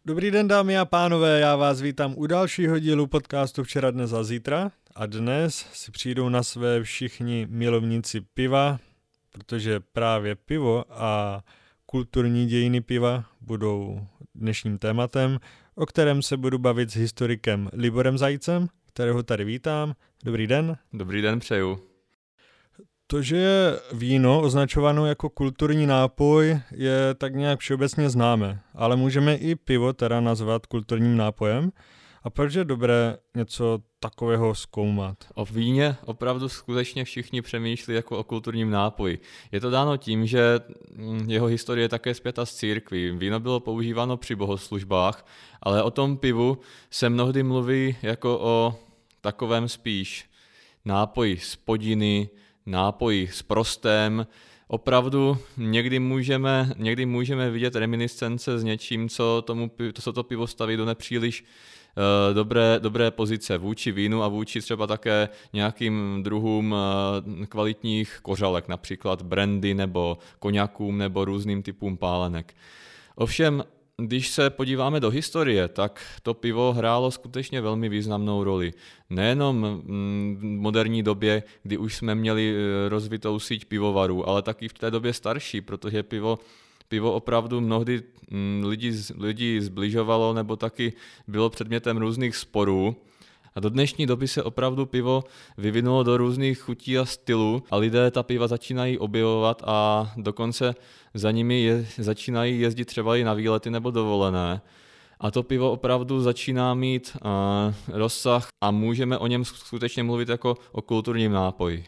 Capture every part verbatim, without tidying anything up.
Dobrý den, dámy a pánové, já vás vítám u dalšího dílu podcastu Včera, dnes a zítra. A dnes si přijdou na své všichni milovníci piva, protože právě pivo a kulturní dějiny piva budou dnešním tématem, o kterém se budu bavit s historikem Liborem Zajícem, kterého tady vítám. Dobrý den. Dobrý den, přeju. To, že je víno označováno jako kulturní nápoj, je tak nějak všeobecně známe, ale můžeme i pivo teda nazvat kulturním nápojem. A proč je dobré něco takového zkoumat? O víně opravdu skutečně všichni přemýšlí jako o kulturním nápoji. Je to dáno tím, že jeho historie je také spjata s církví. Víno bylo používáno při bohoslužbách, ale o tom pivu se mnohdy mluví jako o takovém spíš nápoji z podiny, nápoji s prostem. Opravdu někdy můžeme, někdy můžeme vidět reminiscence s něčím, co, tomu, co to pivo staví do nepříliš uh, dobré, dobré pozice vůči vínu a vůči třeba také nějakým druhům uh, kvalitních kořalek, například brandy nebo koňakům nebo různým typům pálenek. Ovšem, když se podíváme do historie, tak to pivo hrálo skutečně velmi významnou roli. Nejenom v moderní době, kdy už jsme měli rozvitou síť pivovarů, ale taky v té době starší, protože pivo, pivo opravdu mnohdy lidi, lidi zbližovalo nebo taky bylo předmětem různých sporů. A do dnešní doby se opravdu pivo vyvinulo do různých chutí a stylů a lidé ta piva začínají objevovat a dokonce za nimi je, začínají jezdit třeba i na výlety nebo dovolené. A to pivo opravdu začíná mít uh, rozsah a můžeme o něm skutečně mluvit jako o kulturním nápoji.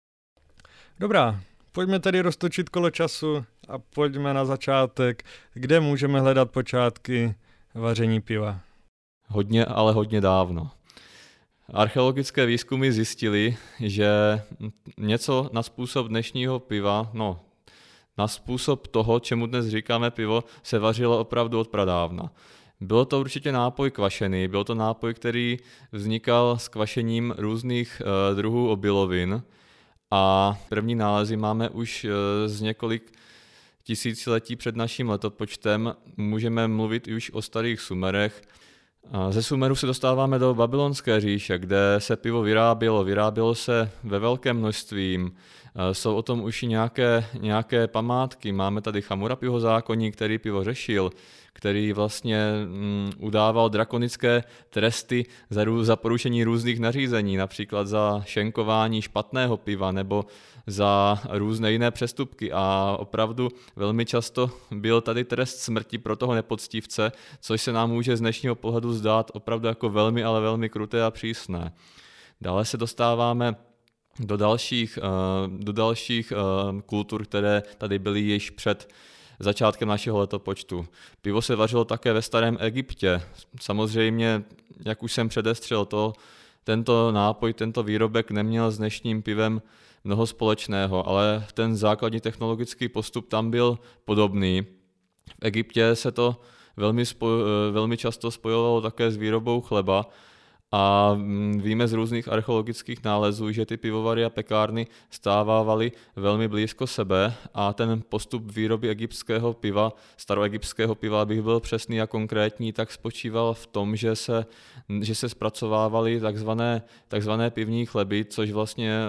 Dobrá, pojďme tedy roztočit kolo času a pojďme na začátek. Kde můžeme hledat počátky vaření piva? Hodně, ale hodně dávno. Archeologické výzkumy zjistily, že něco na způsob dnešního piva, no, na způsob toho, čemu dnes říkáme pivo, se vařilo opravdu od pradávna. Bylo to určitě nápoj kvašený, byl to nápoj, který vznikal s kvašením různých e, druhů obilovin a první nálezy máme už e, z několik tisíciletí před naším letopočtem, můžeme mluvit už o starých Sumerech. Ze Sumeru se dostáváme do Babylonské říše, kde se pivo vyrábělo. Vyrábělo se ve velkém množství. Jsou o tom už i nějaké, nějaké památky. Máme tady Chamurapiho zákoník, který pivo řešil, který vlastně mm, udával drakonické tresty za, za porušení různých nařízení, například za šenkování špatného piva nebo za různé jiné přestupky. A opravdu velmi často byl tady trest smrti pro toho nepoctivce, což se nám může z dnešního pohledu zdát opravdu jako velmi, ale velmi kruté a přísné. Dále se dostáváme do dalších, do dalších kultur, které tady byly již před začátkem našeho letopočtu. Pivo se vařilo také ve starém Egyptě. Samozřejmě, jak už jsem předestřel, to, tento nápoj, tento výrobek neměl s dnešním pivem mnoho společného, ale ten základní technologický postup tam byl podobný. V Egyptě se to velmi, spoj, velmi často spojovalo také s výrobou chleba a víme z různých archeologických nálezů, že ty pivovary a pekárny stávávaly velmi blízko sebe a ten postup výroby egyptského piva, staroegyptského piva, abych byl přesný a konkrétní, tak spočíval v tom, že se, že se zpracovávaly takzvané, takzvané pivní chleby, což vlastně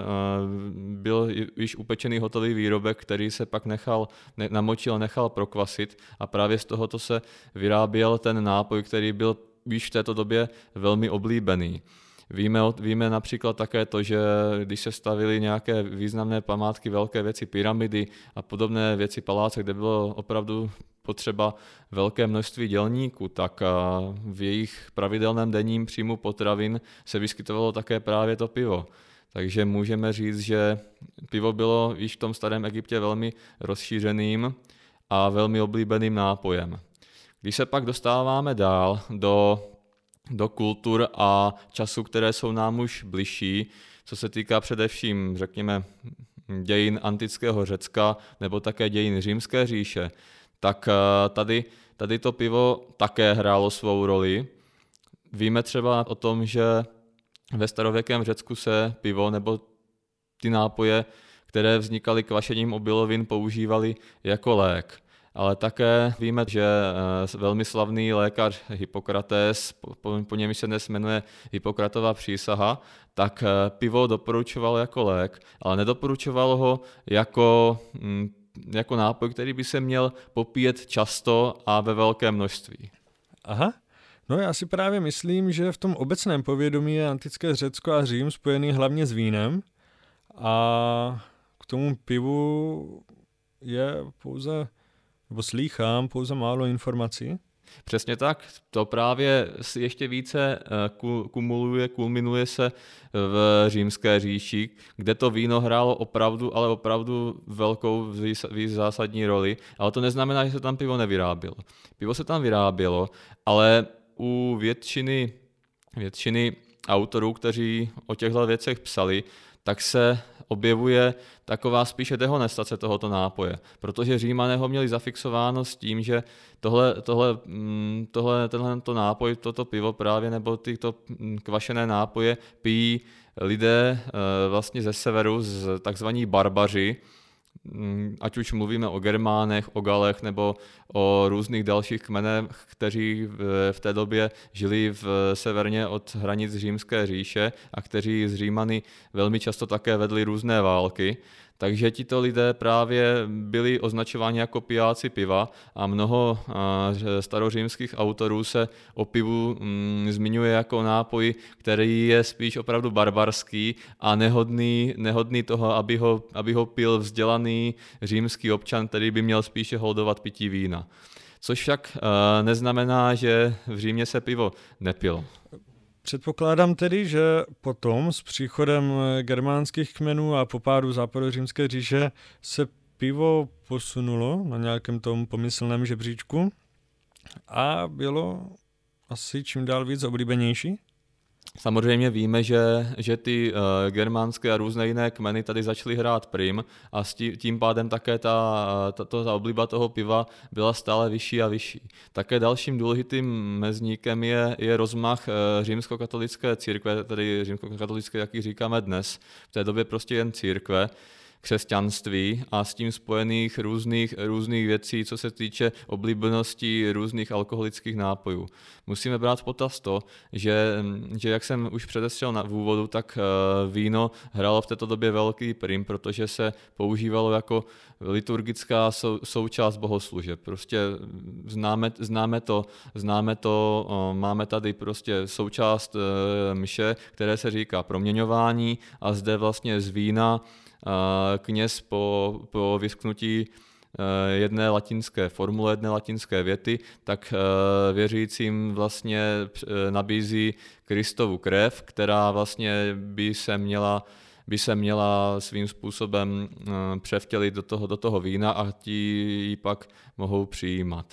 byl již upečený hotový výrobek, který se pak nechal, ne, namočil a nechal prokvasit a právě z tohoto se vyráběl ten nápoj, který byl již v této době velmi oblíbený. Víme, víme například také to, že když se stavily nějaké významné památky, velké věci, pyramidy a podobné věci, paláce, kde bylo opravdu potřeba velké množství dělníků, tak v jejich pravidelném denním příjmu potravin se vyskytovalo také právě to pivo. Takže můžeme říct, že pivo bylo již v tom starém Egyptě velmi rozšířeným a velmi oblíbeným nápojem. Když se pak dostáváme dál do, do kultur a časů, které jsou nám už bližší, co se týká především, řekněme, dějin antického Řecka nebo také dějin Římské říše, tak tady, tady to pivo také hrálo svou roli. Víme třeba o tom, že ve starověkém Řecku se pivo nebo ty nápoje, které vznikaly kvašením obilovin, používaly jako lék. ale také víme, že velmi slavný lékař Hippokrates, po, po něm se dnes jmenuje Hippokratová přísaha, tak pivo doporučoval jako lék, ale nedoporučoval ho jako, jako nápoj, který by se měl popíjet často a ve velkém množství. Aha. No já si právě myslím, že v tom obecném povědomí je antické Řecko a Řím spojený hlavně s vínem a k tomu pivu je pouze, nebo slýchám pouze málo informací. Přesně tak, to právě si ještě více kumuluje, kulminuje se v římské říši, kde to víno hrálo opravdu, ale opravdu velkou zásadní roli, ale to neznamená, že se tam pivo nevyrábělo. Pivo se tam vyrábělo, ale u většiny, většiny autorů, kteří o těchto věcech psali, tak se objevuje taková spíše dehonestace tohoto nápoje, protože Římané ho měli zafixováno s tím, že tohle, tohle, tohle, tenhle to nápoj, toto pivo právě nebo tyto kvašené nápoje pijí lidé vlastně ze severu, z takzvaní barbaři, ať už mluvíme o Germánech, o Galech nebo o různých dalších kmenech, kteří v té době žili v severně od hranic Římské říše a kteří s Římany velmi často také vedli různé války. Takže tito lidé právě byli označováni jako pijáci piva a mnoho starořímských autorů se o pivu mm, zmiňuje jako nápoj, který je spíš opravdu barbarský a nehodný, nehodný toho, aby ho, aby ho pil vzdělaný římský občan, který by měl spíše holdovat pití vína. Což však uh, neznamená, že v Římě se pivo nepilo. Předpokládám tedy, že potom s příchodem germánských kmenů a po pádu západořímské říše se pivo posunulo na nějakém tom pomyslném žebříčku a bylo asi čím dál víc oblíbenější. Samozřejmě víme, že, že ty uh, germánské a různé jiné kmeny tady začaly hrát prim a tí, tím pádem také ta, ta, ta obliba toho piva byla stále vyšší a vyšší. Také dalším důležitým mezníkem je, je rozmach uh, římskokatolické církve, tedy římskokatolické, jak ji říkáme dnes, v té době prostě jen církve, křesťanství a s tím spojených různých, různých věcí, co se týče oblíbenosti různých alkoholických nápojů. Musíme brát v potaz to, že, že jak jsem už předestřel na v úvodu, tak víno hrálo v této době velký prim, protože se používalo jako liturgická sou, součást bohoslužeb. Prostě známe, známe to, známe to, máme tady prostě součást mše, které se říká proměňování a zde vlastně z vína kněz po, po vysknutí jedné latinské formule, jedné latinské věty, tak věřícím vlastně nabízí Kristovu krev, která vlastně by se měla, by se měla svým způsobem převtělit do toho, do toho vína a ti ji pak mohou přijímat.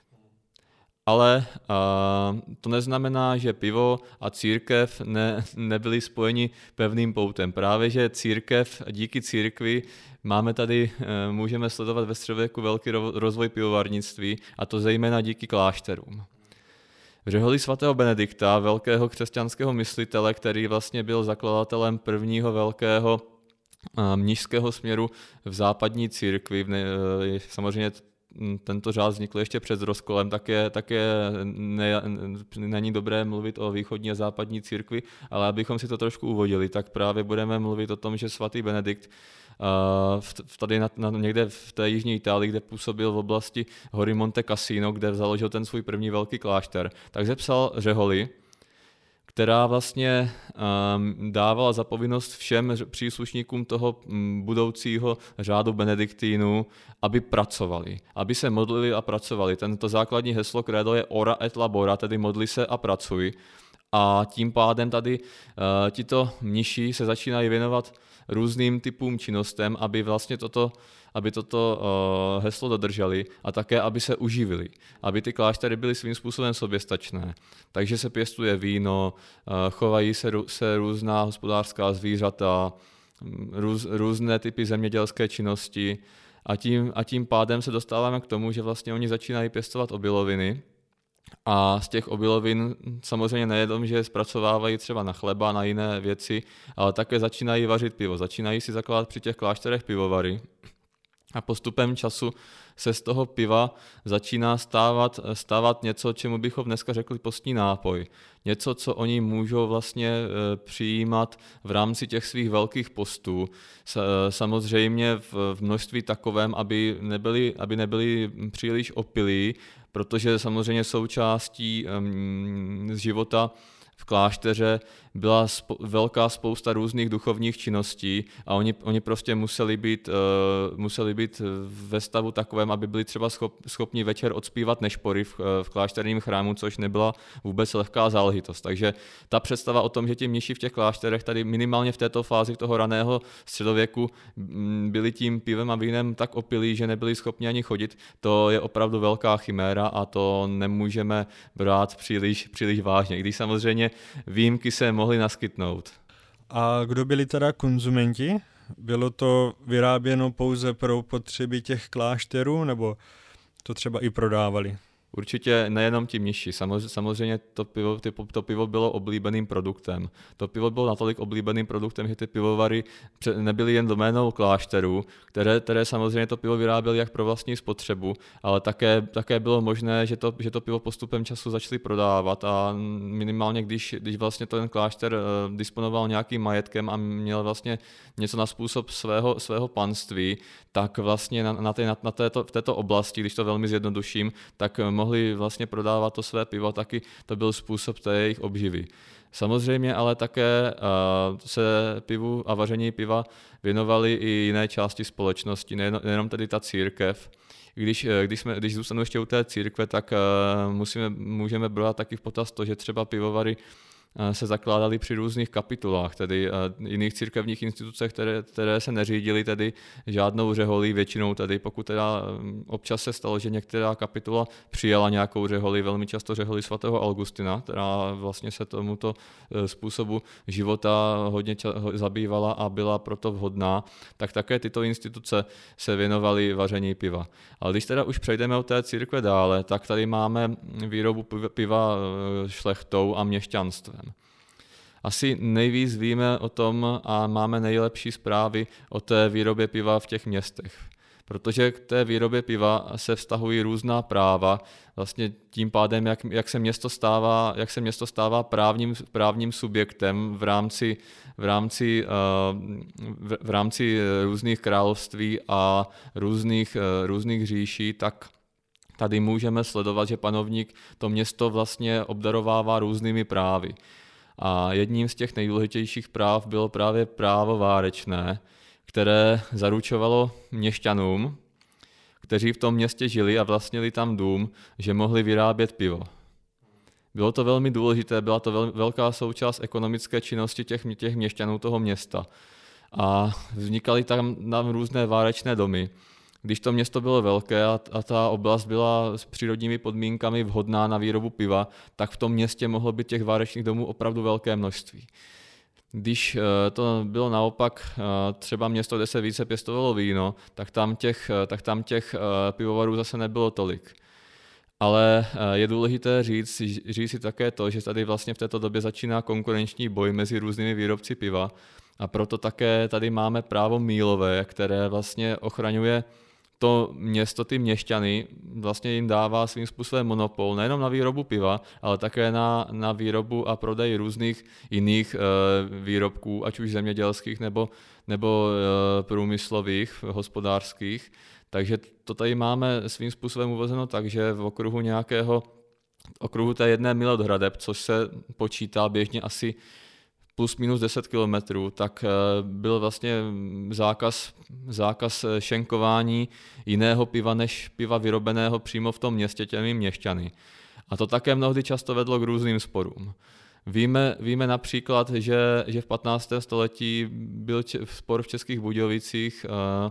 Ale uh, to neznamená, že pivo a církev ne, nebyli spojeni pevným poutem. Právě, že církev, díky církvi máme tady, uh, můžeme sledovat ve středověku velký rozvoj pivovarnictví, a to zejména díky klášterům. V řeholi svatého Benedikta, velkého křesťanského myslitele, který vlastně byl zakladatelem prvního velkého uh, mnišského směru v západní církvi, v ne, uh, samozřejmě tento řád vznikl ještě před rozkolem, také, také ne, není dobré mluvit o východní a západní církvi, ale abychom si to trošku uvodili, tak právě budeme mluvit o tom, že svatý Benedikt uh, tady na, na, někde v té jižní Itálii, kde působil v oblasti hory Monte Cassino, kde založil ten svůj první velký klášter, tak zepsal řeholi, která vlastně um, dávala za povinnost všem příslušníkům toho um, budoucího řádu benediktínů, aby pracovali, aby se modlili a pracovali. Tento základní heslo credo je ora et labora, tedy modli se a pracuj. A tím pádem tady uh, tito mniši se začínají věnovat různým typům činnostem, aby vlastně toto, aby toto uh, heslo dodrželi a také, aby se uživili, aby ty kláštery byly svým způsobem soběstačné. Takže se pěstuje víno, uh, chovají se, se různá hospodářská zvířata, růz, různé typy zemědělské činnosti a tím, a tím pádem se dostáváme k tomu, že vlastně oni začínají pěstovat obiloviny. A z těch obilovin samozřejmě nejenom, že je zpracovávají třeba na chleba, na jiné věci, ale také začínají vařit pivo. Začínají si zakládat při těch klášterech pivovary. A postupem času se z toho piva začíná stávat, stávat něco, čemu bychom dneska řekli postní nápoj. Něco, co oni můžou vlastně přijímat v rámci těch svých velkých postů. Samozřejmě v množství takovém, aby nebyli, aby nebyli příliš opilí, protože samozřejmě součástí z života v klášteře byla spo, velká spousta různých duchovních činností a oni, oni prostě museli být, uh, museli být ve stavu takovém, aby byli třeba schop, schopni večer odspívat nešpory v, v klášterním chrámu, což nebyla vůbec lehká záležitost. Takže ta představa o tom, že ti mniši v těch klášterech tady minimálně v této fázi toho raného středověku byli tím pivem a vínem tak opilí, že nebyli schopni ani chodit, to je opravdu velká chiméra a to nemůžeme brát příliš, příliš vážně. I když samozřejmě výjimky se mohli naskytnout. A kdo byli teda konzumenti? Bylo to vyráběno pouze pro potřeby těch klášterů, nebo to třeba i prodávali? Určitě nejenom ti mniši, samozřejmě to pivo, to pivo bylo oblíbeným produktem. To pivo bylo natolik oblíbeným produktem, že ty pivovary nebyly jen doménou klášterů, které, které samozřejmě to pivo vyráběly jak pro vlastní spotřebu, ale také, také bylo možné, že to, že to pivo postupem času začali prodávat a minimálně když, když vlastně ten klášter disponoval nějakým majetkem a měl vlastně něco na způsob svého, svého panství, tak vlastně na, na, té, na, na této, v této oblasti, když to velmi zjednoduším, tak mohli vlastně prodávat to své pivo, taky to byl způsob té jejich obživy. Samozřejmě ale také uh, se pivu a vaření piva věnovaly i jiné části společnosti, nejen, nejenom tedy ta církev. Když, když, jsme, když zůstanu ještě u té církve, tak uh, musíme, můžeme brát taky v potaz to, že třeba pivovary se zakládaly při různých kapitulách, tedy jiných církevních institucích, které, které se neřídily tedy žádnou řeholí, většinou tedy, pokud teda občas se stalo, že některá kapitula přijala nějakou řeholi, velmi často řeholi svatého Augustina, která vlastně se tomuto způsobu života hodně ča- zabývala a byla proto vhodná, tak také tyto instituce se věnovaly vaření piva. Ale když teda už přejdeme od té církve dále, tak tady máme výrobu piva šlechtou a měšťanstvem. Asi nejvíc víme o tom a máme nejlepší zprávy o té výrobě piva v těch městech. Protože k té výrobě piva se vztahují různá práva, vlastně tím pádem, jak, jak, se, město stává, jak se město stává právním, právním subjektem v rámci, v, rámci, v, v rámci různých království a různých, různých říší, tak tady můžeme sledovat, že panovník to město vlastně obdarovává různými právy. A jedním z těch nejdůležitějších práv bylo právě právo várečné, které zaručovalo měšťanům, kteří v tom městě žili a vlastnili tam dům, že mohli vyrábět pivo. Bylo to velmi důležité, byla to vel, velká součást ekonomické činnosti těch, těch měšťanů toho města. A vznikaly tam, tam různé várečné domy. Když to město bylo velké a, a ta oblast byla s přírodními podmínkami vhodná na výrobu piva, tak v tom městě mohlo být těch várečných domů opravdu velké množství. Když to bylo naopak třeba město, kde se více pěstovalo víno, tak tam těch, tak tam těch pivovarů zase nebylo tolik. Ale je důležité říct, říct si také to, že tady vlastně v této době začíná konkurenční boj mezi různými výrobci piva a proto také tady máme právo mílové, které vlastně ochraňuje to město, ty měšťany, vlastně jim dává svým způsobem monopol nejenom na výrobu piva, ale také na, na výrobu a prodej různých jiných e, výrobků, ať už zemědělských nebo, nebo e, průmyslových, hospodářských. Takže to tady máme svým způsobem uvozeno tak, že v okruhu nějakého, okruhu té jedné mile od hradeb, což se počítá běžně asi plus minus deset kilometrů, tak byl vlastně zákaz, zákaz šenkování jiného piva než piva vyrobeného přímo v tom městě těmi měšťany. A to také mnohdy často vedlo k různým sporům. Víme, víme například, že, že v patnáctém století byl če, spor v Českých Budějovicích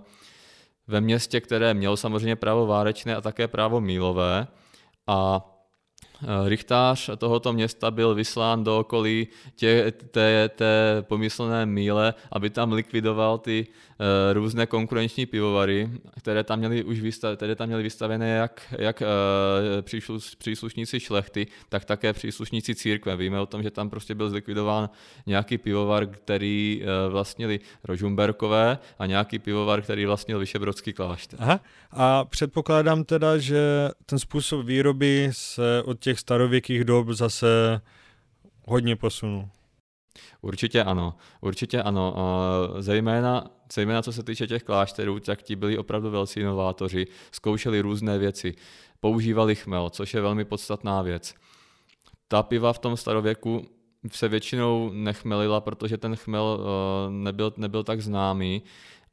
ve městě, které mělo samozřejmě právo várečné a také právo mílové. A Rychtář tohoto města byl vyslán do okolí tě, té, té pomyslné míle, aby tam likvidoval ty uh, různé konkurenční pivovary, které tam měly už vystav, které tam měly vystavené jak, jak uh, příslušníci šlechty, tak také příslušníci církve. Víme o tom, že tam prostě byl zlikvidován nějaký pivovar, který uh, vlastnili Rožumberkové a nějaký pivovar, který vlastnil Vyšehradský klášter. Aha. A předpokládám teda, že ten způsob výroby se od těch starověkých dob zase hodně posunul. Určitě ano, určitě ano. Zejména, zejména co se týče těch klášterů, tak ti byli opravdu velcí inovátoři, zkoušeli různé věci, používali chmel, což je velmi podstatná věc. Ta piva v tom starověku se většinou nechmelila, protože ten chmel nebyl, nebyl tak známý.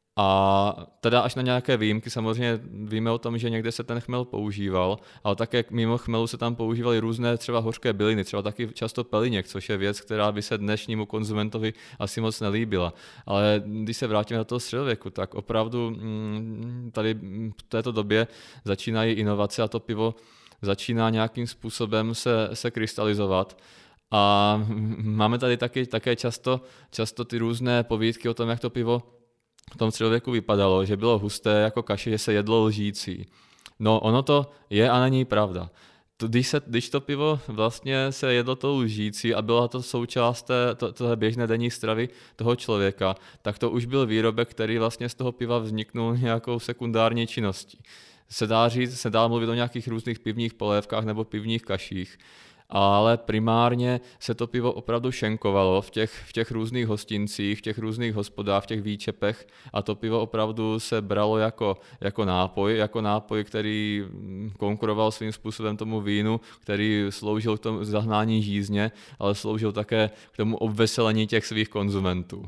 A teda až na nějaké výjimky, samozřejmě víme o tom, že někde se ten chmel používal, ale také mimo chmelu se tam používaly různé třeba hořké byliny, třeba taky často peliněk, což je věc, která by se dnešnímu konzumentovi asi moc nelíbila. Ale když se vrátíme do toho středověku, tak opravdu tady v této době začínají inovace a to pivo začíná nějakým způsobem se, se krystalizovat. A máme tady taky, také často, často ty různé povídky o tom, jak to pivo v tom středověku vypadalo, že bylo husté jako kaše, že se jedlo lžící. No ono to je a není pravda. Když, se, když to pivo vlastně se jedlo to lžící a byla to součást té, to, té běžné denní stravy toho člověka, tak to už byl výrobek, který vlastně z toho piva vzniknul nějakou sekundární činností. Se dá říct, se dá mluvit o nějakých různých pivních polévkách nebo pivních kaších, ale primárně se to pivo opravdu šenkovalo v těch, v těch různých hostincích, v těch různých hospodách, v těch výčepech a to pivo opravdu se bralo jako, jako nápoj, jako nápoj, který konkuroval svým způsobem tomu vínu, který sloužil k tomu zahnání žízně, ale sloužil také k tomu obveselení těch svých konzumentů.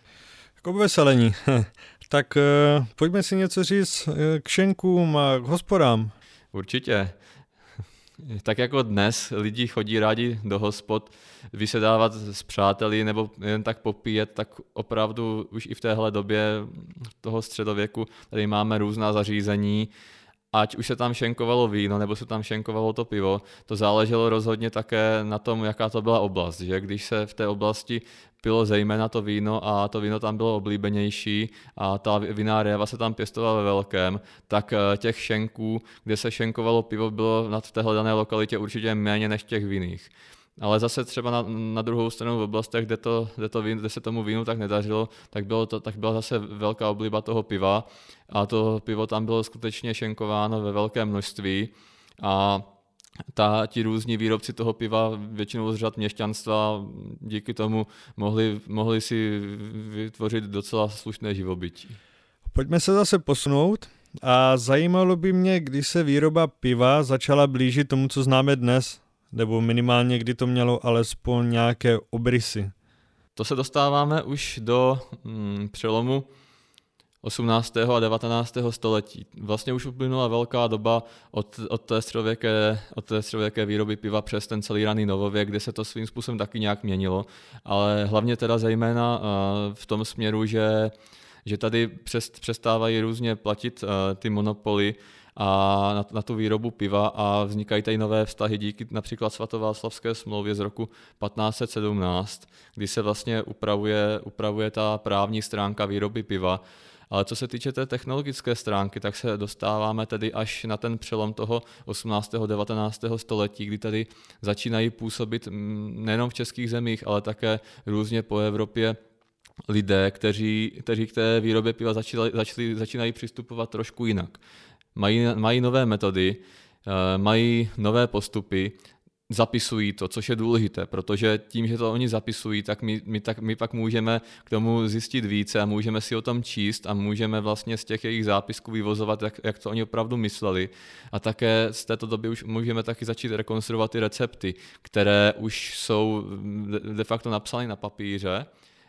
K obveselení. Tak uh, pojďme si něco říct k šenkům a k hospodám. Určitě. Tak jako dnes lidi chodí rádi do hospod vysedávat s přáteli nebo jen tak popíjet, tak opravdu už i v téhle době toho středověku tady máme různá zařízení, ať už se tam šenkovalo víno nebo se tam šenkovalo to pivo, to záleželo rozhodně také na tom, jaká to byla oblast, že když se v té oblasti pilo zejména to víno a to víno tam bylo oblíbenější a ta vinná réva se tam pěstovala ve velkém, tak těch šenků, kde se šenkovalo pivo, bylo v téhle dané lokalitě určitě méně než těch vinných. Ale zase třeba na, na druhou stranu v oblastech, kde, to, kde, to vín, kde se tomu vínu tak nedařilo, tak, bylo to, tak byla zase velká obliba toho piva a to pivo tam bylo skutečně šenkováno ve velkém množství a ta, ti různí výrobci toho piva většinou z řad měšťanstva díky tomu mohli, mohli si vytvořit docela slušné živobytí. Pojďme se zase posunout a zajímalo by mě, kdy se výroba piva začala blížit tomu, co známe dnes, nebo minimálně kdy to mělo alespoň nějaké obrysy. To se dostáváme už do hmm, přelomu osmnáctého a devatenáctého století. Vlastně už uplynula velká doba od, od, té středověké, od té středověké výroby piva přes ten celý raný novověk, kde se to svým způsobem taky nějak měnilo, ale hlavně teda zejména uh, v tom směru, že, že tady přes, přestávají různě platit uh, ty monopoly a na, na tu výrobu piva a vznikají tady nové vztahy díky například svatováclavské smlouvě z roku patnáct set sedmnáct, kdy se vlastně upravuje, upravuje ta právní stránka výroby piva. Ale co se týče té technologické stránky, tak se dostáváme tedy až na ten přelom toho osmnáctého a devatenáctého století, kdy tady začínají působit nejenom v českých zemích, ale také různě po Evropě lidé, kteří, kteří k té výrobě piva začali, začali, začínají přistupovat trošku jinak. Mají, mají nové metody, mají nové postupy, zapisují to, což je důležité, protože tím, že to oni zapisují, tak my, my, tak my pak můžeme k tomu zjistit více a můžeme si o tom číst a můžeme vlastně z těch jejich zápisků vyvozovat, jak, jak to oni opravdu mysleli. A také z této doby už můžeme taky začít rekonstruovat ty recepty, které už jsou de facto napsány na papíře.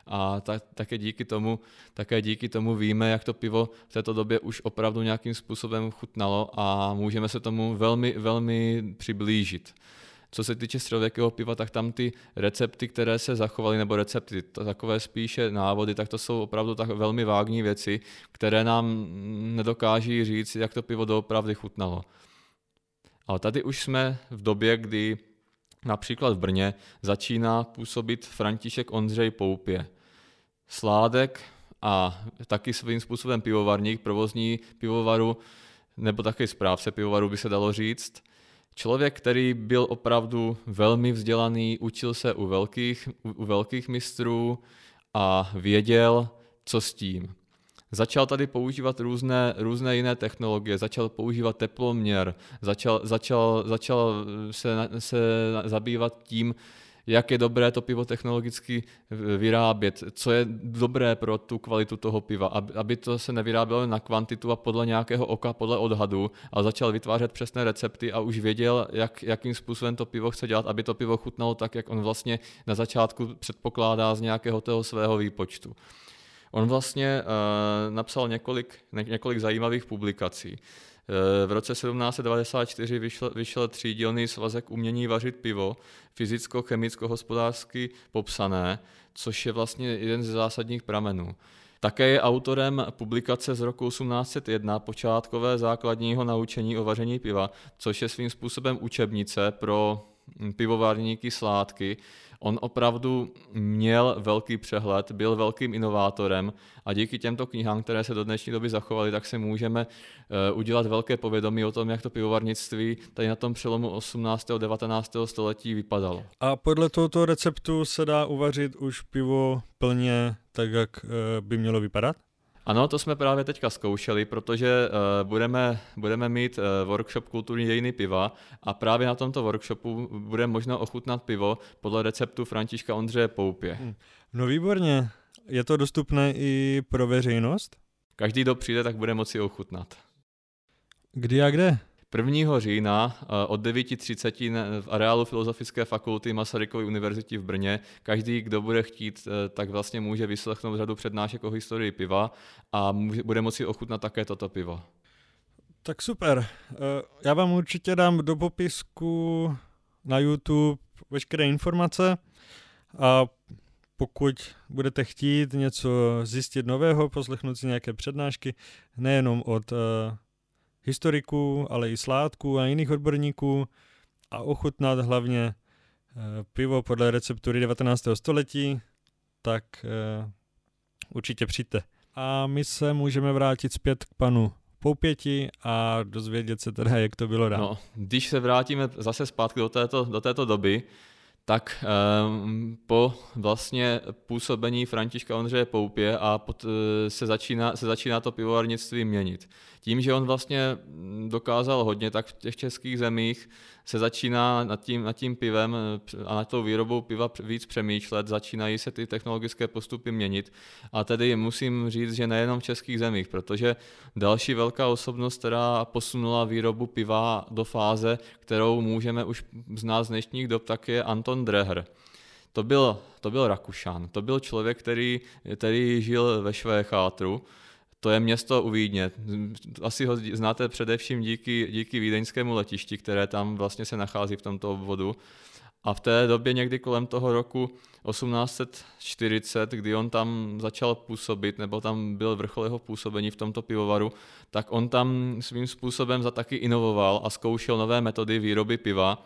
A tak, také, díky tomu, také díky tomu víme, jak to pivo v této době už opravdu nějakým způsobem chutnalo a můžeme se tomu velmi, velmi přiblížit. Co se týče středověkého piva, tak tam ty recepty, které se zachovaly, nebo recepty, to takové spíše návody, tak to jsou opravdu tak velmi vágní věci, které nám nedokáží říct, jak to pivo doopravdy chutnalo. Ale tady už jsme v době, kdy například v Brně začíná působit František Ondřej Poupě. Sládek a taky svým způsobem pivovarník, provozní pivovaru, nebo taky správce pivovaru by se dalo říct. Člověk, který byl opravdu velmi vzdělaný, učil se u velkých, u velkých mistrů a věděl, co s tím. Začal tady používat různé, různé jiné technologie, začal používat teploměr, začal, začal, začal se, se zabývat tím, jak je dobré to pivo technologicky vyrábět, co je dobré pro tu kvalitu toho piva, aby, aby to se nevyrábělo na kvantitu a podle nějakého oka, podle odhadu, ale začal vytvářet přesné recepty a už věděl, jak, jakým způsobem to pivo chce dělat, aby to pivo chutnalo tak, jak on vlastně na začátku předpokládá z nějakého toho svého výpočtu. On vlastně uh, napsal několik, ne, několik zajímavých publikací. Uh, v roce sedmnáct set devadesát čtyři vyšel, vyšel třídílný svazek Umění vařit pivo, fyzicko-chemicko-hospodářsky popsané, což je vlastně jeden ze zásadních pramenů. Také je autorem publikace z roku osmnáct set jedna Počátkové základního naučení o vaření piva, což je svým způsobem učebnice pro pivovarníky, sládky. On opravdu měl velký přehled, byl velkým inovátorem a díky těmto knihám, které se do dnešní doby zachovaly, tak si můžeme uh, udělat velké povědomí o tom, jak to pivovarnictví tady na tom přelomu osmnáctého a devatenáctého století vypadalo. A podle tohoto receptu se dá uvařit už pivo plně tak, jak uh, by mělo vypadat? Ano, to jsme právě teďka zkoušeli, protože uh, budeme, budeme mít uh, workshop kulturní dějiny piva a právě na tomto workshopu bude možno ochutnat pivo podle receptu Františka Ondřeje Poupě. Hmm. No výborně. Je to dostupné i pro veřejnost? Každý, kdo přijde, tak bude moci ochutnat. Kdy a kde? prvního října od devět třicet v areálu Filozofické fakulty Masarykovy univerzity v Brně. Každý, kdo bude chtít, tak vlastně může vyslechnout řadu přednášek o historii piva a může, bude moci ochutnat také toto pivo. Tak super. Já vám určitě dám do popisku na YouTube veškeré informace a pokud budete chtít něco zjistit nového, poslechnout si nějaké přednášky, nejenom od historiků, ale i sládků a jiných odborníků a ochutnat hlavně pivo podle receptury devatenáctého století, tak určitě přijďte. A my se můžeme vrátit zpět k panu Poupěti a dozvědět se teda, jak to bylo dál. No, když se vrátíme zase zpátky do této, do této doby, tak um, po vlastně působení Františka Ondřeje Poupě a pod, se, začíná, se začíná to pivovarnictví měnit. Tím, že on vlastně dokázal hodně, tak v těch českých zemích se začíná nad tím, nad tím pivem a nad tou výrobou piva víc přemýšlet, začínají se ty technologické postupy měnit. A tedy musím říct, že nejenom v českých zemích, protože další velká osobnost, která posunula výrobu piva do fáze, kterou můžeme už znát z dnešních dob, tak je Anton Dreher. To byl, to byl Rakušan, to byl člověk, který, který žil ve Švéchátru. To je město u Vídně. Asi ho znáte především díky, díky vídeňskému letišti, které tam vlastně se nachází v tomto obvodu. A v té době někdy kolem toho roku osmnáct set čtyřicet, kdy on tam začal působit, nebo tam byl vrchol jeho působení v tomto pivovaru, tak on tam svým způsobem za taky inovoval a zkoušel nové metody výroby piva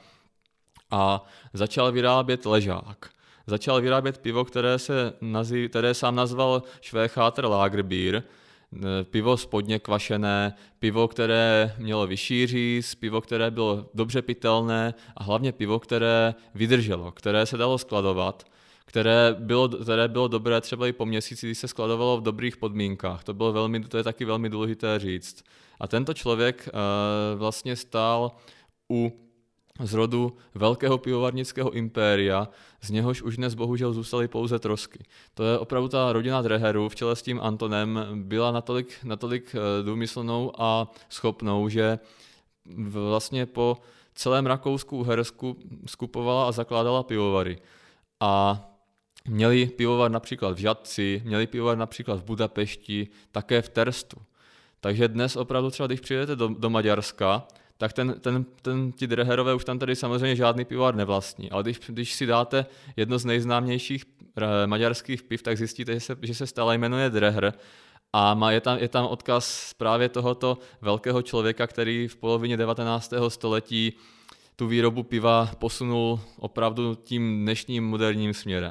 a začal vyrábět ležák. Začal vyrábět pivo, které, se nazý, které sám nazval Schwechater Lagerbier, pivo spodně kvašené, pivo, které mělo vyšší říz, pivo, které bylo dobře pitelné a hlavně pivo, které vydrželo, které se dalo skladovat, které bylo, které bylo dobré třeba i po měsíci, když se skladovalo v dobrých podmínkách. To, bylo velmi, to je taky velmi důležité říct. A tento člověk uh, vlastně stál u z rodu velkého pivovarnického impéria, z něhož už dnes bohužel zůstaly pouze trosky. To je opravdu ta rodina Dreherů v čele s tím Antonem byla natolik, natolik důmyslnou a schopnou, že vlastně po celém Rakousku-Uhersku skupovala a zakládala pivovary. A měli pivovar například v Žatci, měli pivovar například v Budapešti, také v Terstu. Takže dnes opravdu třeba, když přijedete do, do Maďarska, tak ten, ten, ten, ti Dreherové už tam tady samozřejmě žádný pivovar nevlastní. Ale když, když si dáte jedno z nejznámějších maďarských piv, tak zjistíte, že se, že se stále jmenuje Dreher A má, je, tam, je tam odkaz právě tohoto velkého člověka, který v polovině devatenáctého století tu výrobu piva posunul opravdu tím dnešním moderním směrem.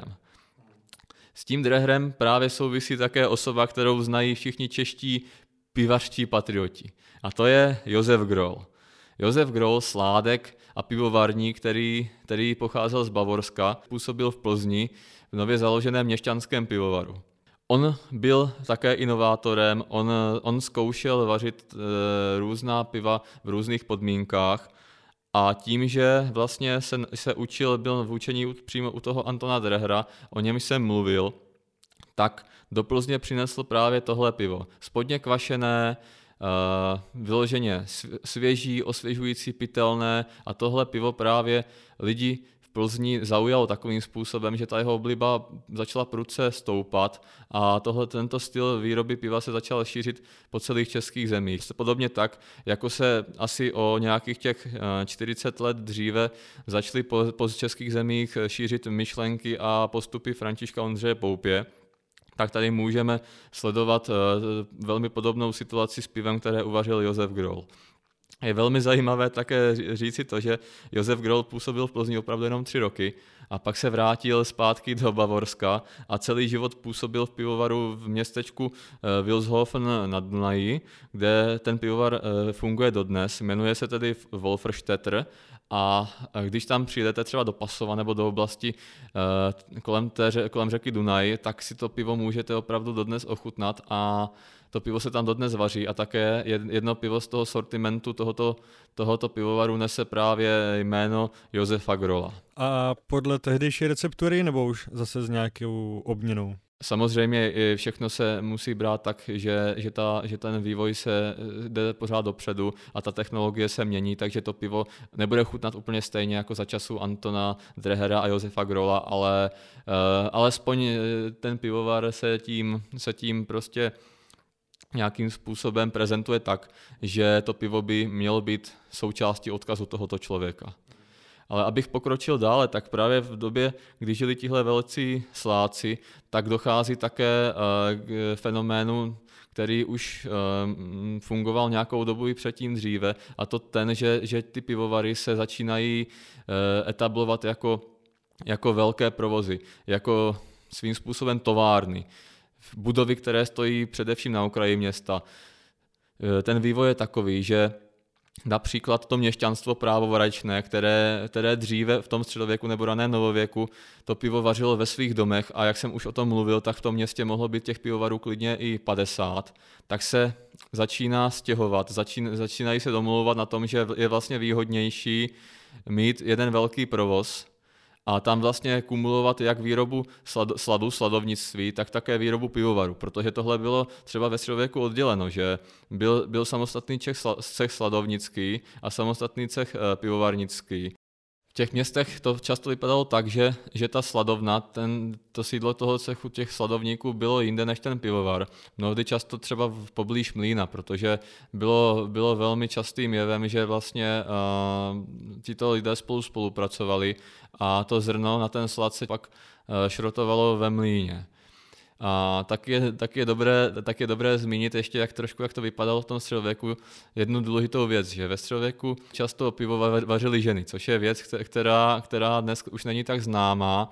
S tím Drehrem právě souvisí také osoba, kterou znají všichni čeští pivařští patrioti. A to je Josef Groll. Josef Groll, sládek a pivovarník, který, který pocházel z Bavorska, působil v Plzni v nově založeném měšťanském pivovaru. On byl také inovátorem, on, on zkoušel vařit e, různá piva v různých podmínkách a tím, že vlastně se, se učil, byl v učení přímo u toho Antona Drehra, o něm jsem mluvil, tak do Plzně přinesl právě tohle pivo. Spodně kvašené, Uh, vyloženě svěží, osvěžující, pitelné a tohle pivo právě lidi v Plzni zaujalo takovým způsobem, že ta jeho obliba začala prudce stoupat a tohle, tento styl výroby piva se začal šířit po celých českých zemích. Podobně tak, jako se asi o nějakých těch čtyřicet let dříve začaly po, po českých zemích šířit myšlenky a postupy Františka Ondřeje Poupě, tak tady můžeme sledovat velmi podobnou situaci s pivem, které uvařil Josef Groll. Je velmi zajímavé také říci to, že Josef Groll působil v Plzni opravdu jenom tři roky a pak se vrátil zpátky do Bavorska a celý život působil v pivovaru v městečku Vilshofen nad Dunají, kde ten pivovar funguje dodnes, jmenuje se tedy Wolferstetter. A když tam přijdete třeba do Pasova nebo do oblasti kolem, té, kolem řeky Dunaj, tak si to pivo můžete opravdu dodnes ochutnat a to pivo se tam dodnes vaří a také jedno pivo z toho sortimentu tohoto, tohoto pivovaru nese právě jméno Josefa Grolla. A podle tehdejší receptury nebo už zase s nějakou obměnou? Samozřejmě všechno se musí brát tak, že, že, ta, že ten vývoj se jde pořád dopředu a ta technologie se mění, takže to pivo nebude chutnat úplně stejně jako za času Antona Drehera a Josefa Grolla, ale uh, alespoň ten pivovar se tím, se tím prostě nějakým způsobem prezentuje tak, že to pivo by mělo být součástí odkazu tohoto člověka. Ale abych pokročil dále, tak právě v době, kdy žili tihle velcí sládci, tak dochází také k fenoménu, který už fungoval nějakou dobu i předtím dříve, a to ten, že, že ty pivovary se začínají etablovat jako, jako velké provozy, jako svým způsobem továrny, budovy, které stojí především na okraji města. Ten vývoj je takový, že například to měšťanstvo právovarečné, které, které dříve v tom středověku nebo raném novověku to pivo vařilo ve svých domech a jak jsem už o tom mluvil, tak v tom městě mohlo být těch pivovarů klidně i padesát, tak se začíná stěhovat, začín, začínají se domlouvat na tom, že je vlastně výhodnější mít jeden velký provoz a tam vlastně kumulovat jak výrobu sladu, sladu, sladovnictví, tak také výrobu pivovaru, protože tohle bylo třeba ve středověku odděleno, že byl, byl samostatný cech sladovnický a samostatný cech pivovarnický. V těch městech to často vypadalo tak, že, že ta sladovna, ten, to sídlo toho cechu těch sladovníků bylo jinde než ten pivovar. Mnohdy často třeba v poblíž mlýna, protože bylo, bylo velmi častým jevem, že vlastně uh, tito lidé spolu spolupracovali a to zrno na ten slad se pak uh, šrotovalo ve mlýně. A tak je, tak, je dobré, tak je dobré zmínit ještě, jak trošku jak to vypadalo v tom středověku, jednu důležitou věc, že ve středověku často pivo vařily ženy, což je věc, která, která dnes už není tak známá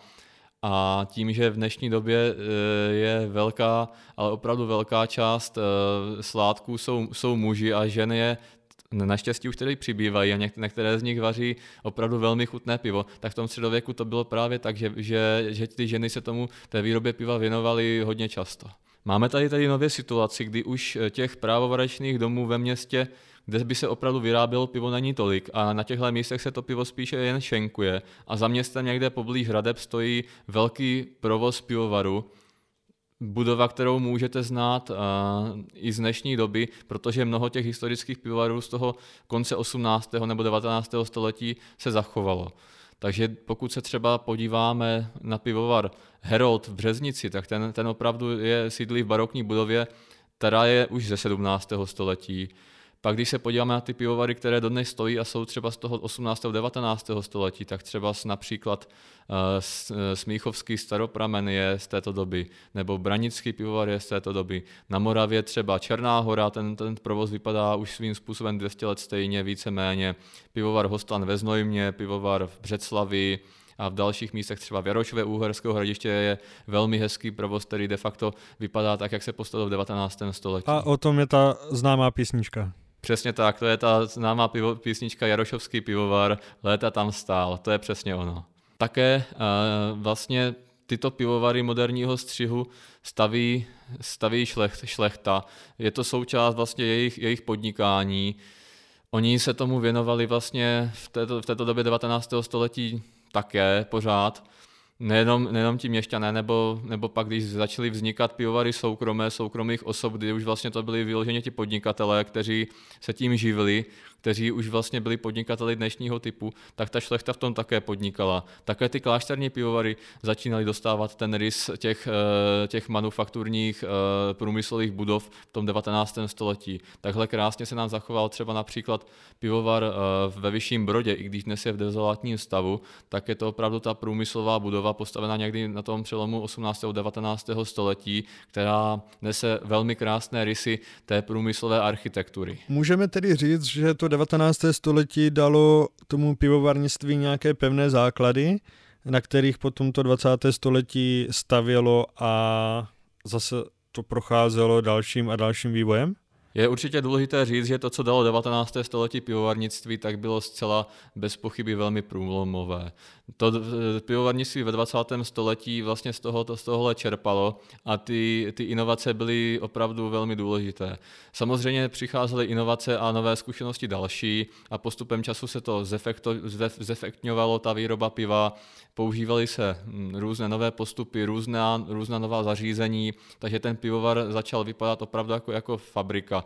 a tím, že v dnešní době je velká, ale opravdu velká část sládků jsou, jsou muži a ženy je naštěstí už tedy přibývají a některé z nich vaří opravdu velmi chutné pivo, tak v tom středověku to bylo právě tak, že, že, že ty ženy se tomu té výrobě piva věnovaly hodně často. Máme tady tady nově situaci, kdy už těch právovarečných domů ve městě, kde by se opravdu vyrábělo pivo, není tolik a na těchto místech se to pivo spíše jen šenkuje a za městem někde poblíž hradeb stojí velký provoz pivovaru, budova, kterou můžete znát uh, i z dnešní doby, protože mnoho těch historických pivovarů z toho konce osmnáctého nebo devatenáctého století se zachovalo. Takže pokud se třeba podíváme na pivovar Herold v Březnici, tak ten, ten opravdu je sídlí v barokní budově, která je už ze sedmnáctého století. Pak když se podíváme na ty pivovary, které dodnes stojí a jsou třeba z toho osmnáctého devatenáctého století, tak třeba například uh, Smíchovský Staropramen je z této doby, nebo Branický pivovar je z této doby. Na Moravě třeba Černá Hora, ten, ten provoz vypadá už svým způsobem dvě stě let stejně, víceméně. Pivovar Hostan ve Znojmě, pivovar v Břeclavi, a v dalších místech třeba v Jarošově u Uherského Hradiště je velmi hezký provoz, který de facto vypadá tak, jak se postavil v devatenáctém století. A o tom je ta známá písnička. Přesně tak, to je ta známá pivo, písnička Jarošovský pivovar, léta tam stál, to je přesně ono. Také uh, vlastně tyto pivovary moderního střihu staví, staví šlecht, šlechta, je to součást vlastně jejich, jejich podnikání. Oni se tomu věnovali vlastně v této, v této době devatenáctého století také pořád, nejenom, nejenom ti měšťané, nebo, nebo pak, když začaly vznikat pivovary soukromé, soukromých osob, kdy už vlastně to byli vyloženě ti podnikatelé, kteří se tím živili, kteří už vlastně byli podnikateli dnešního typu, tak ta šlechta v tom také podnikala. Také ty klášterní pivovary začínaly dostávat ten rys těch, těch manufakturních průmyslových budov v tom devatenáctém století. Takhle krásně se nám zachoval třeba například pivovar ve Vyšším Brodě, i když dnes je v dezolátním stavu, tak je to opravdu ta průmyslová budova postavená někdy na tom přelomu osmnáctého a devatenáctého století, která nese velmi krásné rysy té průmyslové architektury. Můžeme tedy říct, že to devatenácté století dalo tomu pivovarnictví nějaké pevné základy, na kterých potom to dvacáté století stavělo a zase to procházelo dalším a dalším vývojem? Je určitě důležité říct, že to, co dalo devatenácté století pivovarnictví, tak bylo zcela bez pochyby velmi průlomové. To pivovarnictví ve dvacátém století vlastně z tohoto, z tohohle čerpalo a ty, ty inovace byly opravdu velmi důležité. Samozřejmě přicházely inovace a nové zkušenosti další a postupem času se to zefekto, zefektňovalo, ta výroba piva, používaly se různé nové postupy, různá, různá nová zařízení, takže ten pivovar začal vypadat opravdu jako, jako fabrika.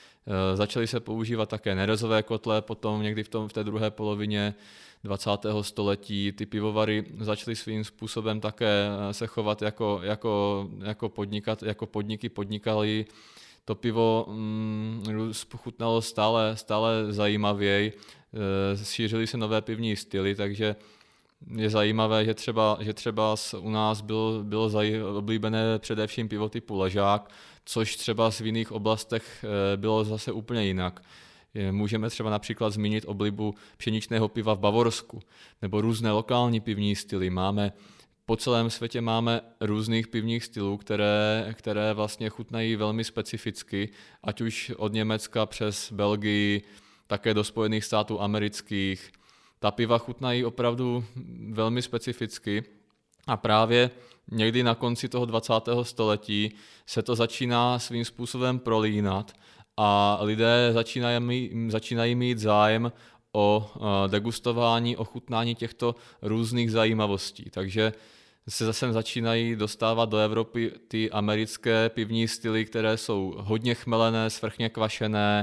Začaly se používat také nerezové kotle, potom někdy v, tom, v té druhé polovině dvacátého století ty pivovary začaly svým způsobem také se chovat jako, jako, jako, podnikat, jako podniky podnikaly. To pivo mm, chutnalo stále, stále zajímavěji, šířily se nové pivní styly, takže je zajímavé, že třeba, že třeba u nás bylo, bylo oblíbené především pivo typu Ležák, což třeba v jiných oblastech bylo zase úplně jinak. Můžeme třeba například zmínit oblibu pšeničného piva v Bavorsku, nebo různé lokální pivní styly. Máme, po celém světě máme různých pivních stylů, které, které vlastně chutnají velmi specificky, ať už od Německa přes Belgii, také do Spojených států amerických. Ta piva chutnají opravdu velmi specificky a právě někdy na konci toho dvacátého století se to začíná svým způsobem prolínat a lidé začínají mít, začínají mít zájem o degustování, o chutnání těchto různých zajímavostí. Takže se zase začínají dostávat do Evropy ty americké pivní styly, které jsou hodně chmelené, svrchně kvašené.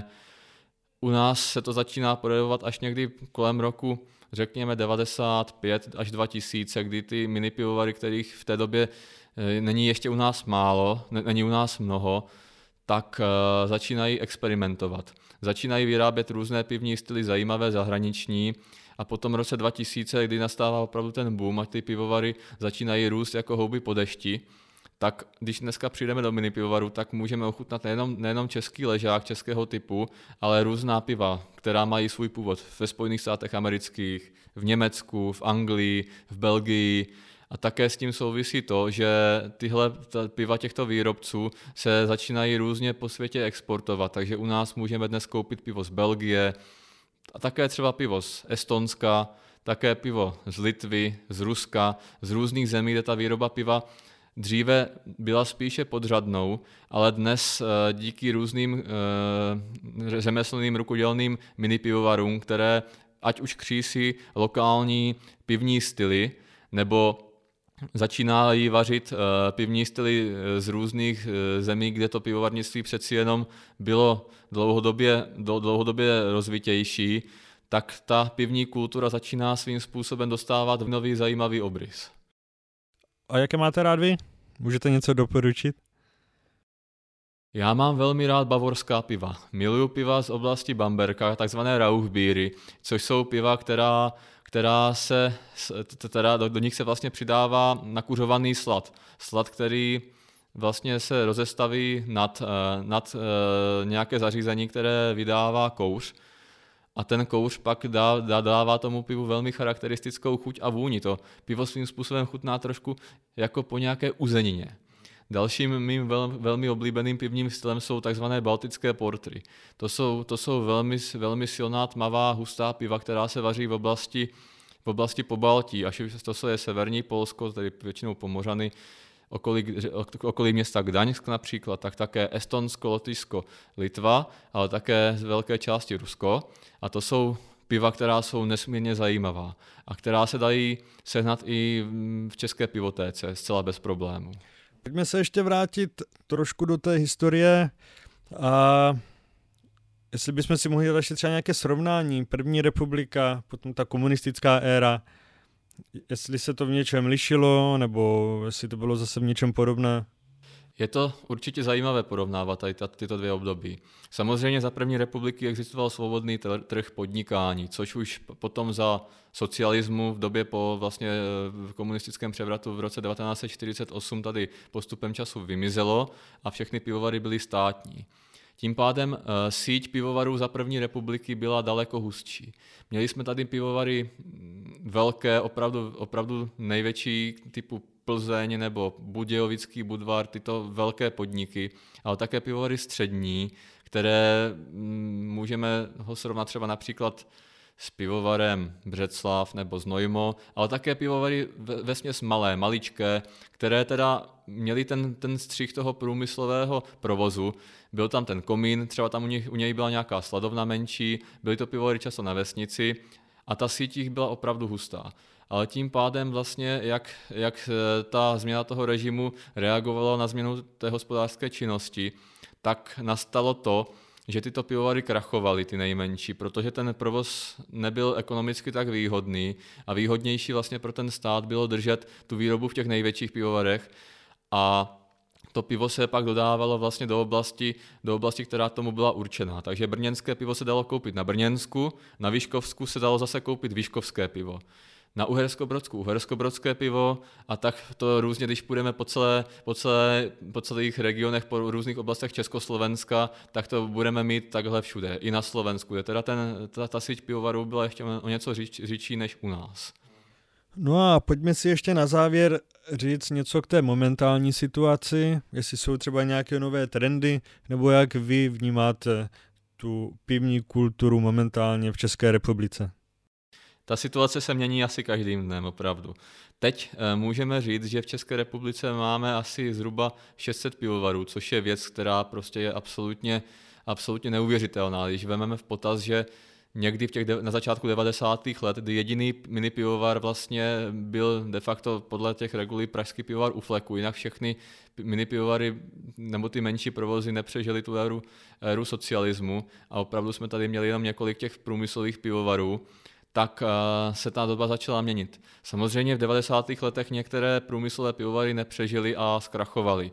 U nás se to začíná projevovat až někdy kolem roku, řekněme devadesát pět až dva tisíce, kdy ty mini pivovary, kterých v té době není ještě u nás málo, není u nás mnoho, tak uh, začínají experimentovat. Začínají vyrábět různé pivní styly zajímavé, zahraniční a potom v roce dva tisíce, kdy nastává opravdu ten boom a ty pivovary začínají růst jako houby po dešti, tak když dneska přijdeme do mini pivovaru, tak můžeme ochutnat nejenom, nejenom český ležák českého typu, ale různá piva, která mají svůj původ ve Spojených státech amerických, v Německu, v Anglii, v Belgii. A také s tím souvisí to, že tyhle piva těchto výrobců se začínají různě po světě exportovat, takže u nás můžeme dnes koupit pivo z Belgie a také třeba pivo z Estonska, také pivo z Litvy, z Ruska, z různých zemí, kde ta výroba piva dříve byla spíše podřadnou, ale dnes díky různým řemeslným rukodělným minipivovarům, které ať už křísí lokální pivní styly, nebo začínají vařit pivní styly z různých zemí, kde to pivovarnictví přeci jenom bylo dlouhodobě, dlouhodobě rozvitější, tak ta pivní kultura začíná svým způsobem dostávat nový zajímavý obrys. A jaké máte rád vy? Můžete něco doporučit? Já mám velmi rád bavorská piva. Miluju piva z oblasti Bamberka, takzvané Rauchbíry, což jsou piva, která, která se, teda do, do nich se vlastně přidává nakuřovaný slad. Slad, který vlastně se rozestaví nad, nad nějaké zařízení, které vydává kouř. A ten kouř pak dá, dá, dává tomu pivu velmi charakteristickou chuť a vůni. To pivo svým způsobem chutná trošku jako po nějaké uzenině. Dalším mým vel, velmi oblíbeným pivním stylem jsou takzvané baltické portry. To jsou, to jsou velmi, velmi silná, tmavá, hustá piva, která se vaří v oblasti, v oblasti Pobaltí. Až to je severní Polsko, tedy většinou Pomořany, okolí, okolí města Gdaňsk například, tak také Estonsko, Lotyšsko, Litva, ale také z velké části Rusko. A to jsou piva, která jsou nesmírně zajímavá a která se dají sehnat i v české pivotéce zcela bez problémů. Pojďme se ještě vrátit trošku do té historie a jestli bychom si mohli dát ještě třeba nějaké srovnání. První republika, potom ta komunistická éra, jestli se to v něčem lišilo, nebo jestli to bylo zase v něčem podobné. Je to určitě zajímavé porovnávat tady tyto dvě období. Samozřejmě za první republiky existoval svobodný trh podnikání, což už potom za socialismu v době po vlastně komunistickém převratu v roce devatenáct set čtyřicet osm tady postupem času vymizelo a všechny pivovary byly státní. Tím pádem síť pivovarů za první republiky byla daleko hustší. Měli jsme tady pivovary velké, opravdu, opravdu největší typu Plzeň nebo Budějovický Budvar, tyto velké podniky, ale také pivovary střední, které můžeme ho srovnat třeba například s pivovarem Břeclav nebo Znojmo, ale také pivovary vesměs malé, maličké, které teda měly ten, ten střih toho průmyslového provozu. Byl tam ten komín, třeba tam u, nich, u něj byla nějaká sladovna menší, byly to pivovary často na vesnici a ta síť jich byla opravdu hustá. Ale tím pádem vlastně, jak, jak ta změna toho režimu reagovala na změnu té hospodářské činnosti, tak nastalo to, že tyto pivovary krachovaly, ty nejmenší, protože ten provoz nebyl ekonomicky tak výhodný a výhodnější vlastně pro ten stát bylo držet tu výrobu v těch největších pivovarech a to pivo se pak dodávalo vlastně do oblasti, do oblasti, která tomu byla určená. Takže brněnské pivo se dalo koupit na Brněnsku, na Vyškovsku se dalo zase koupit vyškovské pivo. Na Uherskobrodsku uherskobrodské pivo a tak to různě, když půjdeme po, celé, po, celé, po celých regionech, po různých oblastech Československa, tak to budeme mít takhle všude, i na Slovensku, kde teda ten, ta, ta síť pivovarů byla ještě o něco říč, říčí než u nás. No a pojďme si ještě na závěr říct něco k té momentální situaci, jestli jsou třeba nějaké nové trendy, nebo jak vy vnímáte tu pivní kulturu momentálně v České republice. Ta situace se mění asi každým dnem, opravdu. Teď e, můžeme říct, že v České republice máme asi zhruba šest set pivovarů, což je věc, která prostě je absolutně, absolutně neuvěřitelná. Když vezmeme v potaz, že někdy v těch de- na začátku devadesátých let, kdy jediný mini pivovar vlastně byl de facto podle těch regulí pražský pivovar u Fleku, jinak všechny mini pivovary nebo ty menší provozy nepřežily tu éru, éru socialismu a opravdu jsme tady měli jenom několik těch průmyslových pivovarů, tak se ta doba začala měnit. Samozřejmě v devadesátých letech některé průmyslové pivovary nepřežily a zkrachovaly.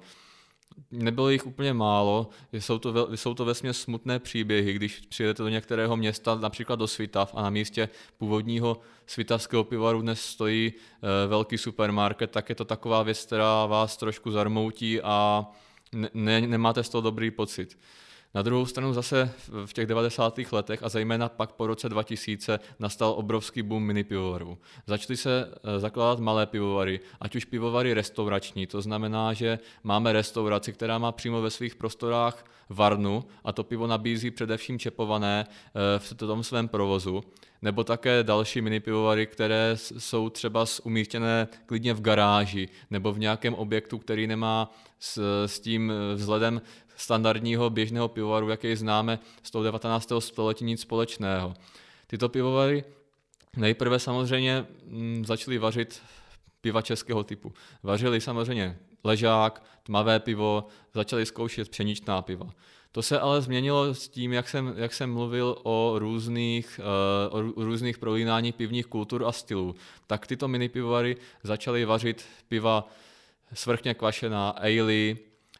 Nebylo jich úplně málo, jsou to, jsou to vesměs smutné příběhy, když přijedete do některého města, například do Svitav a na místě původního svitavského pivovaru dnes stojí velký supermarket, tak je to taková věc, která vás trošku zarmoutí a ne, nemáte z toho dobrý pocit. Na druhou stranu zase v těch devadesátých letech a zejména pak po roce dva tisíce nastal obrovský boom mini pivovarů. Začaly se zakládat malé pivovary, ať už pivovary restaurační, to znamená, že máme restauraci, která má přímo ve svých prostorách varnu a to pivo nabízí především čepované v tom svém provozu, nebo také další mini pivovary, které jsou třeba umístěné klidně v garáži nebo v nějakém objektu, který nemá s, s tím vzhledem standardního běžného pivovaru, jaký známe z toho devatenáctého století, nic společného. Tyto pivovary nejprve samozřejmě začaly vařit piva českého typu. Vařili samozřejmě ležák, tmavé pivo, začali zkoušet pšeničná piva. To se ale změnilo s tím, jak jsem, jak jsem mluvil o různých, o různých prolínání pivních kultur a stylů. Tak tyto mini pivovary začaly vařit piva svrchně kvašená, ale,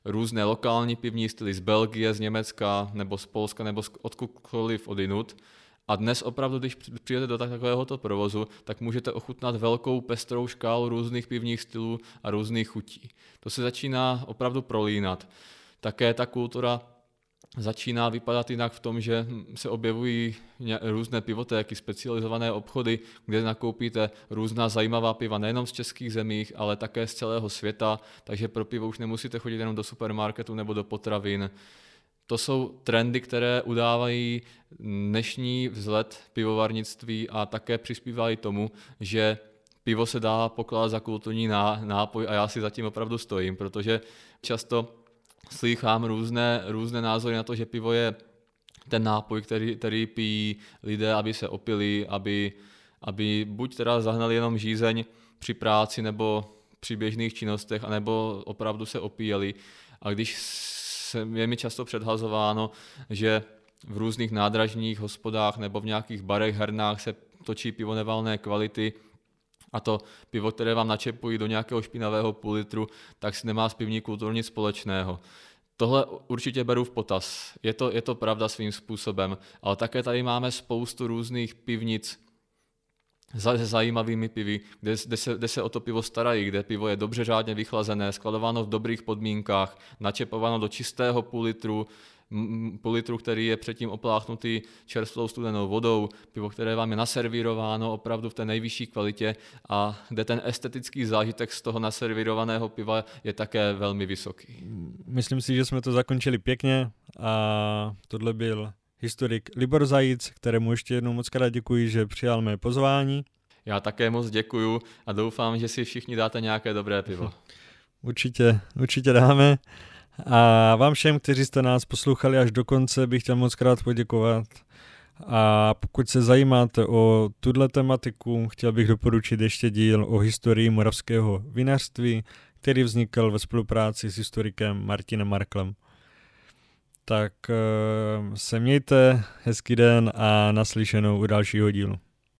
různé lokální pivní styly z Belgie, z Německa, nebo z Polska, nebo odkudkoliv odinut. A dnes opravdu, když přijete do takovéhoto provozu, tak můžete ochutnat velkou pestrou škálu různých pivních stylů a různých chutí. To se začíná opravdu prolínat. Také ta kultura začíná vypadat jinak v tom, že se objevují různé pivotéky, specializované obchody, kde nakoupíte různá zajímavá piva nejenom z českých zemích, ale také z celého světa, takže pro pivo už nemusíte chodit jenom do supermarketu nebo do potravin. To jsou trendy, které udávají dnešní vzhled pivovarnictví a také přispívají tomu, že pivo se dá pokládat za kulturní nápoj a já si zatím opravdu stojím, protože často slýchám různé, různé názory na to, že pivo je ten nápoj, který, který pijí lidé, aby se opili, aby, aby buď teda zahnali jenom žízeň při práci nebo při běžných činnostech, anebo opravdu se opíjeli. A když je mi často předhazováno, že v různých nádražních hospodách nebo v nějakých barech, hernách se točí pivo nevalné kvality, a to pivo, které vám načepují do nějakého špinavého půl litru, tak si nemá s pivní kulturou nic společného. Tohle určitě beru v potaz. Je to, je to pravda svým způsobem, ale také tady máme spoustu různých pivnic se zajímavými pivy, kde, kde, se, kde se o to pivo starají, kde pivo je dobře řádně vychlazené, skladováno v dobrých podmínkách, načepováno do čistého půl litru, půl litru, který je předtím opláchnutý čerstvou studenou vodou, pivo, které vám je naservírováno opravdu v té nejvyšší kvalitě a kde ten estetický zážitek z toho naservírovaného piva je také velmi vysoký. Myslím si, že jsme to zakončili pěkně a tohle byl historik Libor Zajíc, kterému ještě jednou moc krát děkuji, že přijal mé pozvání. Já také moc děkuju a doufám, že si všichni dáte nějaké dobré pivo. Určitě, určitě dáme. A vám všem, kteří jste nás poslouchali až do konce, bych chtěl moc krát poděkovat. A pokud se zajímáte o tuhle tematiku, chtěl bych doporučit ještě díl o historii moravského vinařství, který vznikl ve spolupráci s historikem Martinem Marklem. Tak se mějte, hezký den a naslyšenou u dalšího dílu.